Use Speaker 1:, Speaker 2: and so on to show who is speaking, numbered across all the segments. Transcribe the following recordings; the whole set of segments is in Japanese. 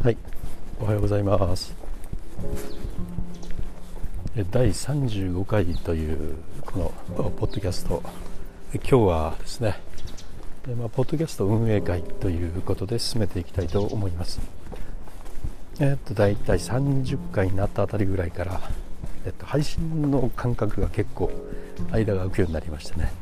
Speaker 1: はい、おはようございます。第35回というこのポッドキャスト、今日はですね、ポッドキャスト運営会ということで進めていきたいと思います。だいたい30回になったあたりぐらいから、配信の間隔が結構間が空くようになりましてね、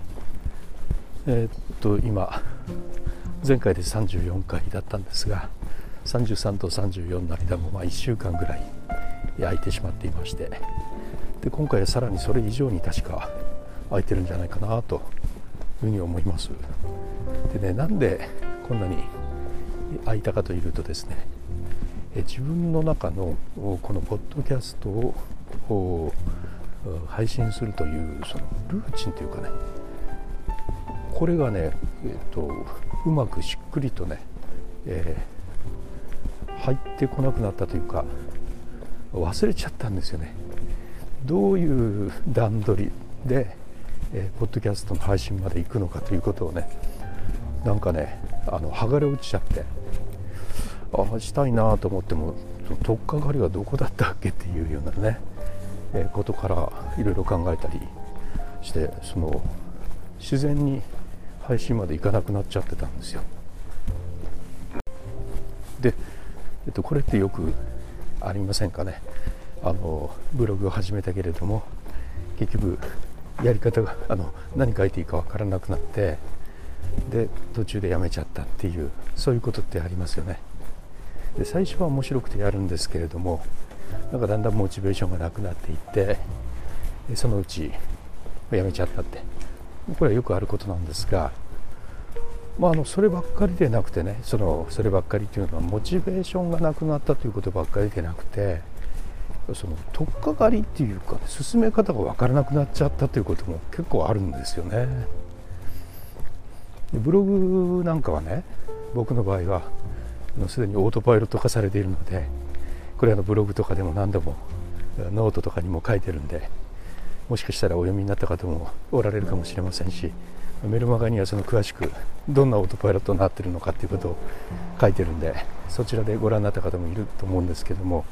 Speaker 1: 今前回で34回だったんですが、33と34の間も1週間ぐらい空いてしまっていまして、で今回はさらにそれ以上に確か空いてるんじゃないかなというふうに思います。でね、なんでこんなに空いたかというとですね、自分の中のこのポッドキャストを配信するというそのルーチンというかね、これがね、うまくしっくりとね、入ってこなくなったというか、忘れちゃったんですよね。どういう段取りで、ポッドキャストの配信まで行くのかということをね、なんかね、剥がれ落ちちゃって、したいなと思っても取っかかりはどこだったっけっていうようなね、ことからいろいろ考えたりして、その自然に配信まで行かなくなっちゃってたんですよ。で、これってよくありませんかね。ブログを始めたけれども結局やり方が何書いていいかわからなくなって、で途中でやめちゃったっていう、そういうことってありますよね。で最初は面白くてやるんですけれども、なんかだんだんモチベーションがなくなっていって、そのうちやめちゃったって、これはよくあることなんですが、そればっかりでなくてね、そればっかりというのはモチベーションがなくなったということばっかりでなくて、その取っかかりっていうか、進め方が分からなくなっちゃったということも結構あるんですよね。でブログなんかはね、僕の場合はすでにオートパイロット化されているので、これブログとかでも何でもノートとかにも書いてるんで、もしかしたらお読みになった方もおられるかもしれませんし、メルマガにはその詳しくどんなオートパイロットになっているのかということを書いてるんで、そちらでご覧になった方もいると思うんですけども、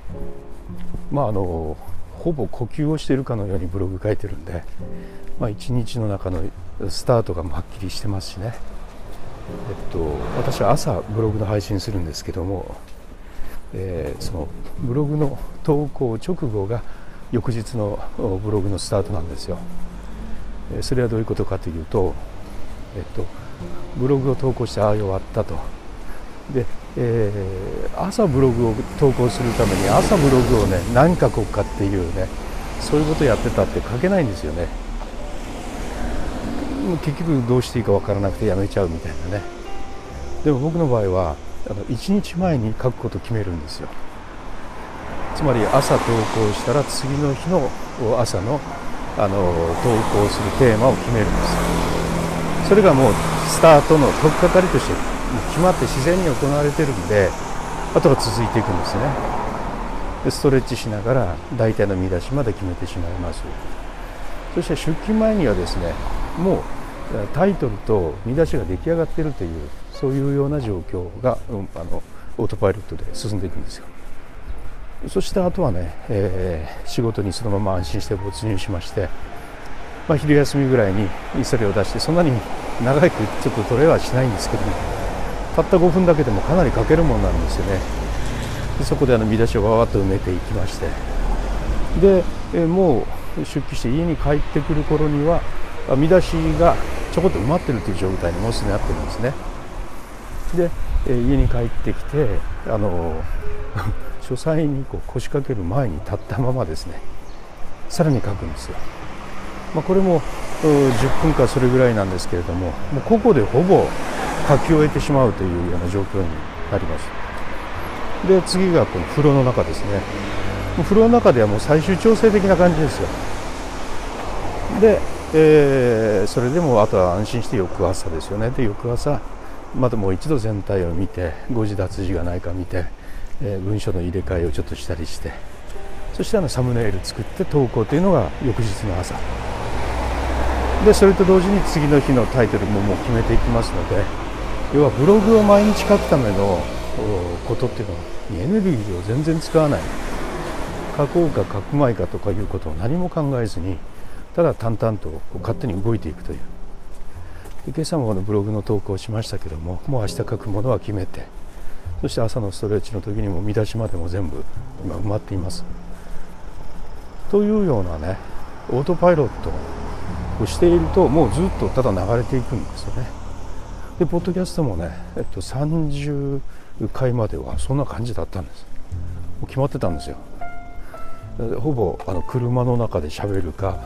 Speaker 1: ほぼ呼吸をしているかのようにブログ書いてるんで、一日の中のスタートがはっきりしてますしね。私は朝ブログの配信するんですけども、そのブログの投稿直後が翌日のブログのスタートなんですよ。それはどういうことかというと、ブログを投稿して終わったと。で、朝ブログを投稿するために朝ブログをね、何書こうかっていうね、そういうことをやってたって書けないんですよね。結局どうしていいか分からなくてやめちゃうみたいなね。でも僕の場合は1日前に書くことを決めるんですよ。つまり朝投稿したら次の日の朝の投稿するテーマを決めるんですよ。それがもうスタートの取っかかりとして決まって自然に行われてるんで、あとは続いていくんですね。でストレッチしながら大体の見出しまで決めてしまいます。そして出勤前にはですね、もうタイトルと見出しが出来上がっているという、そういうような状況が、オートパイロットで進んでいくんですよ。そしてあとはね、仕事にそのまま安心して没入しまして、昼休みぐらいにそれを出して、そんなに長くちょっと取れはしないんですけども、たった5分だけでもかなり書けるものなんですよね。でそこで見出しをわわっと埋めていきまして、で、もう出勤して家に帰ってくる頃には見出しがちょこっと埋まってるという状態にもうすでになってるんですね。で、家に帰ってきて書斎に腰掛ける前に立ったままですね、さらに書くんですよ。これも10分かそれぐらいなんですけれども、もうここでほぼ書き終えてしまうというような状況になります。で次がこの風呂の中ですね。風呂の中ではもう最終調整的な感じですよ。で、それでもあとは安心して翌朝ですよね。で翌朝またもう一度全体を見て、誤字脱字がないか見て、文章の入れ替えをちょっとしたりして、そしてサムネイル作って投稿というのが翌日の朝で、それと同時に次の日のタイトルももう決めていきますので、要はブログを毎日書くためのことっていうのはにエネルギーを全然使わない、書こうか書くまいかとかいうことを何も考えずに、ただ淡々と勝手に動いていくという。で今朝もブログの投稿をしましたけども、もう明日書くものは決めて、そして朝のストレッチの時にも見出しまでも全部今埋まっていますというようなね、オートパイロットをしていると、もうずっとただ流れていくんですよね。でポッドキャストもね、30回まではそんな感じだったんです。もう決まってたんですよ。ほぼ車の中で喋るか、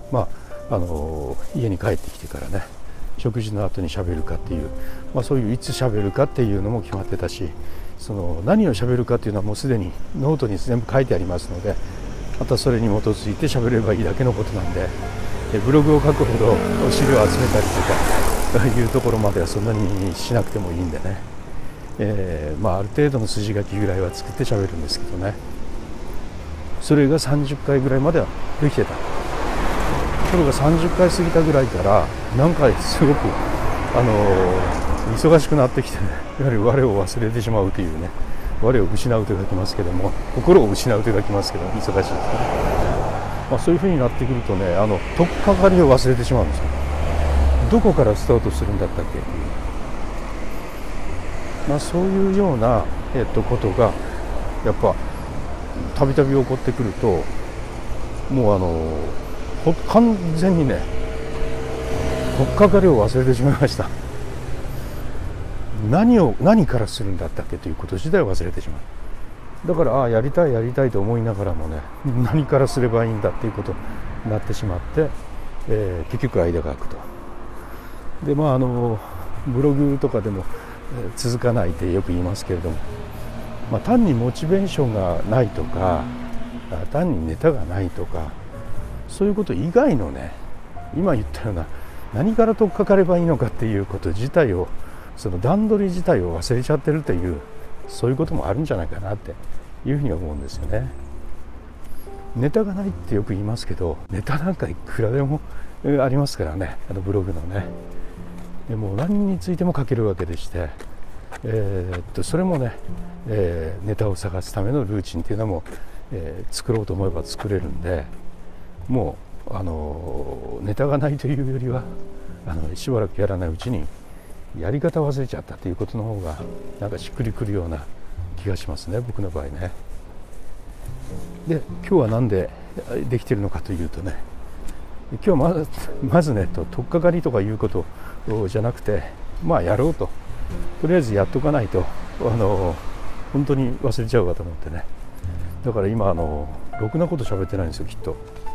Speaker 1: 家に帰ってきてからね、食事の後に喋るかっていう、そういういつ喋るかっていうのも決まってたし、その何を喋るかっていうのはもうすでにノートに全部書いてありますので、またそれに基づいて喋ればいいだけのことなんで、ブログを書くほど資料を集めたりとかいうところまではそんなにしなくてもいいんでね、ある程度の筋書きぐらいは作って喋るんですけどね、それが30回ぐらいまではできてた。ところが30回過ぎたぐらいからなんかすごく忙しくなってきてね、やはり我を忘れてしまうというね、我を失うと書きますけども、心を失うと書きますけど、忙しいですね。そういう風になってくるとね、取っかかりを忘れてしまうんですよ。どこからスタートするんだったっけっていう、そういうような、ことがやっぱたびたび起こってくると、もう完全にね、取っかかりを忘れてしまいました。何からするんだったっけということ自体を忘れてしまう。だからやりたいと思いながらもね、何からすればいいんだっていうことになってしまって、結局間が空くと。でブログとかでも、続かないってよく言いますけれども、単にモチベーションがないとか、単にネタがないとか、そういうこと以外のね、今言ったような何から取っかかればいいのかっていうこと自体を、その段取り自体を忘れちゃってるという、そういうこともあるんじゃないかなっていうふうに思うんですよね。ネタがないってよく言いますけど、ネタなんかいくらでもありますからね、ブログのね。でもう何についても書けるわけでして、それもね、ネタを探すためのルーチンっていうのも、作ろうと思えば作れるんで、もうネタがないというよりはしばらくやらないうちにやり方忘れちゃったということの方がなんかしっくりくるような気がしますね、僕の場合ね。で今日はなんでできてるのかというとね、今日はまずね取っかかりとかいうことじゃなくて、やろうとりあえずやっとかないと本当に忘れちゃうかと思ってね。だから今ろくなこと喋ってないんですよ、きっと。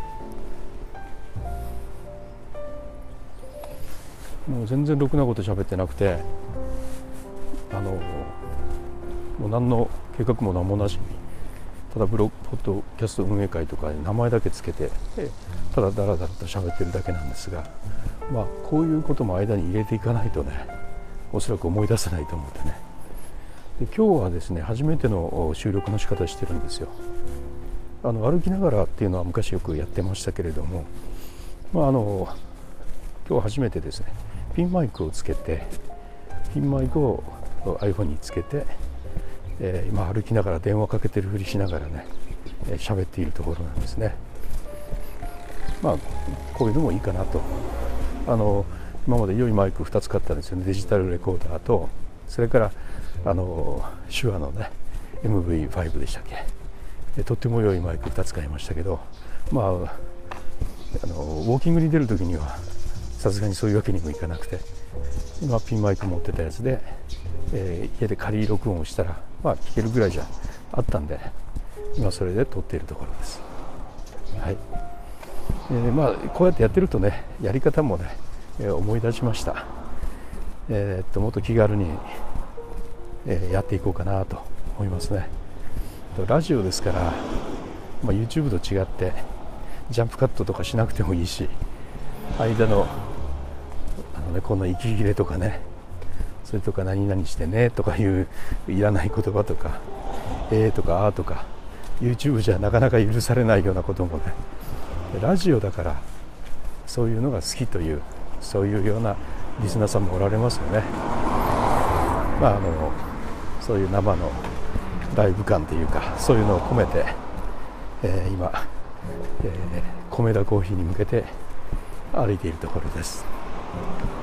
Speaker 1: もう全然ろくなこと喋ってなくて、もう何の計画も何もなしに、ただポッドキャスト運営会とかに名前だけつけて、ただだらだらと喋ってるだけなんですが、こういうことも間に入れていかないとね、おそらく思い出せないと思ってね。で今日はですね、初めての収録の仕方してるんですよ。歩きながらっていうのは昔よくやってましたけれども、今日初めてですね、ピンマイクをつけて、ピンマイクを iPhone につけて、今歩きながら電話かけてるふりしながらね、喋っているところなんですね。こういうのもいいかなと。今まで良いマイク2つ買ったんですよね。デジタルレコーダーと、それから手話のね MV5 でしたっけ、とっても良いマイク2つ買いましたけど、ウォーキングに出るときにはさすがにそういうわけにもいかなくて、今ピンマイク持ってたやつで、家で仮録音をしたら聞けるぐらいじゃあったんで、今それで撮っているところです。はい。こうやってやってるとね、やり方もね、思い出しました。もっと気軽に、やっていこうかなと思いますね。ラジオですから、YouTube と違ってジャンプカットとかしなくてもいいし、間のこの息切れとかね、それとか何々してねとかいういらない言葉とかとかとか YouTube じゃなかなか許されないようなこともね、ラジオだからそういうのが好きという、そういうようなリスナーさんもおられますよね。そういう生のライブ感というか、そういうのを込めて、今、米田コーヒーに向けて歩いているところです。